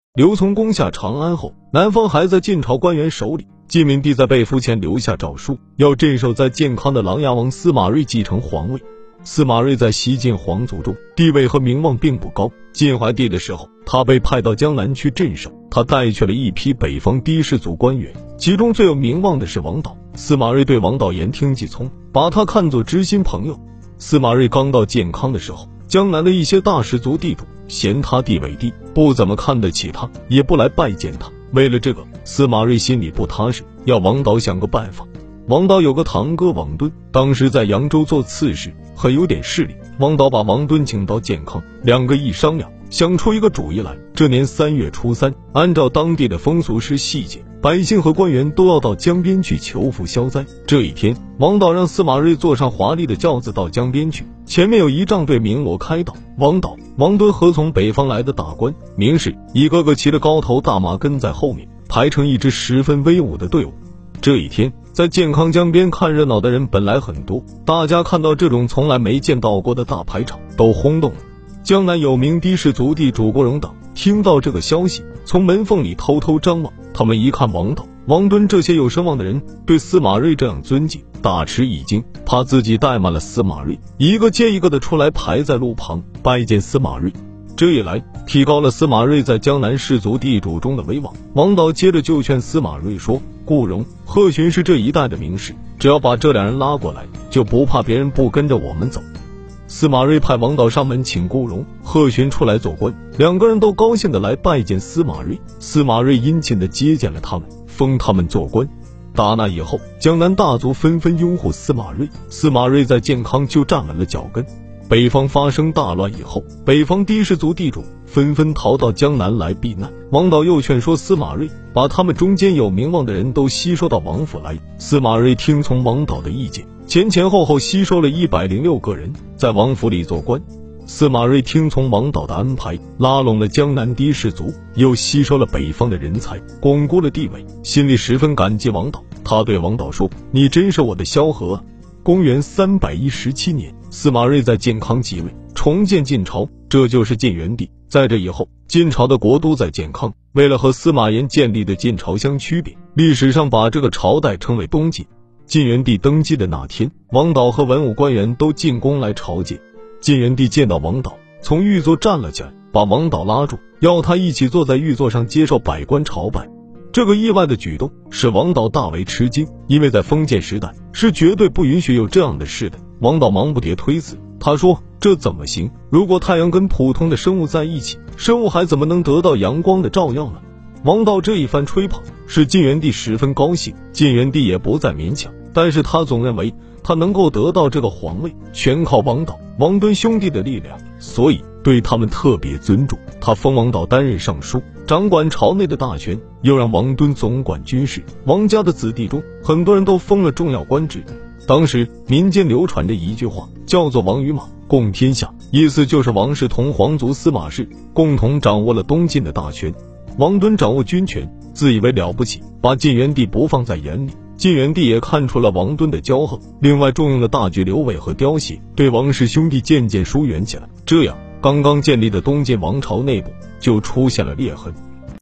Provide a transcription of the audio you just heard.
刘琮攻下长安后，南方还在晋朝官员手里。晋闵帝在被俘前留下诏书，要镇守在建康的琅琊王司马睿继承皇位。司马睿在西晋皇族中地位和名望并不高。晋怀帝的时候，他被派到江南去镇守，他带去了一批北方低氏族官员，其中最有名望的是王导。司马睿对王导言听计从，把他看作知心朋友。司马睿刚到建康的时候，江南的一些大氏族地主嫌他地位低，不怎么看得起他，也不来拜见他。为了这个，司马睿心里不踏实，要王导想个办法。王导有个堂哥王敦，当时在扬州做刺史，很有点势力。王导把王敦请到建康，两个一商量，想出一个主意来。这年3月初3，按照当地的风俗是细节，百姓和官员都要到江边去求福消灾。这一天，王导让司马睿坐上华丽的轿子到江边去，前面有仪仗队鸣锣开道。王导、王敦和从北方来的大官、名士一个个骑着高头大马跟在后面，排成一支十分威武的队伍。这一天，在建康江边看热闹的人本来很多，大家看到这种从来没见到过的大排场，都轰动了。江南有名的士族地主郭荣等听到这个消息，从门缝里偷偷张望。他们一看王导、王敦这些有声望的人对司马睿这样尊敬，大吃一惊，怕自己怠慢了司马睿，一个接一个的出来排在路旁拜见司马睿。这一来，提高了司马睿在江南士族地主中的威望。王导接着就劝司马睿说，顾荣、贺询是这一带的名士，只要把这两人拉过来，就不怕别人不跟着我们走。司马睿派王导上门请顾荣、贺询出来做官，两个人都高兴的来拜见司马睿。司马睿殷勤的接见了他们，封他们做官。打那以后，江南大族纷纷拥护司马睿，司马睿在建康就站稳了脚跟。北方发生大乱以后，北方低氏族地主纷纷逃到江南来避难。王导又劝说司马睿把他们中间有名望的人都吸收到王府来。司马睿听从王导的意见，前后吸收了106个人，在王府里做官。司马睿听从王导的安排，拉拢了江南低氏族，又吸收了北方的人才，巩固了地位，心里十分感激王导。他对王导说，你真是我的萧何啊。公元317年，司马睿在建康即位，重建晋朝，这就是晋元帝。在这以后，晋朝的国都在建康。为了和司马炎建立的晋朝相区别，历史上把这个朝代称为东晋。晋元帝登基的那天，王导和文武官员都进宫来朝见。晋元帝见到王导，从御座站了起来，把王导拉住，要他一起坐在御座上接受百官朝拜。这个意外的举动使王导大为吃惊，因为在封建时代是绝对不允许有这样的事的。王导忙不迭推辞，他说，这怎么行？如果太阳跟普通的生物在一起，生物还怎么能得到阳光的照耀呢？王导这一番吹捧使晋元帝十分高兴，晋元帝也不再勉强，但是他总认为他能够得到这个皇位全靠王导、王敦兄弟的力量，所以对他们特别尊重。他封王导担任尚书，掌管朝内的大权，又让王敦总管军事。王家的子弟中，很多人都封了重要官职。当时民间流传着一句话，叫做王与马共天下，意思就是王氏同皇族司马氏共同掌握了东晋的大权。王敦掌握军权，自以为了不起，把晋元帝不放在眼里。晋元帝也看出了王敦的骄横，另外重用了大举刘伟和刁协，对王氏兄弟渐渐疏远起来。这样，刚刚建立的东晋王朝内部就出现了裂痕。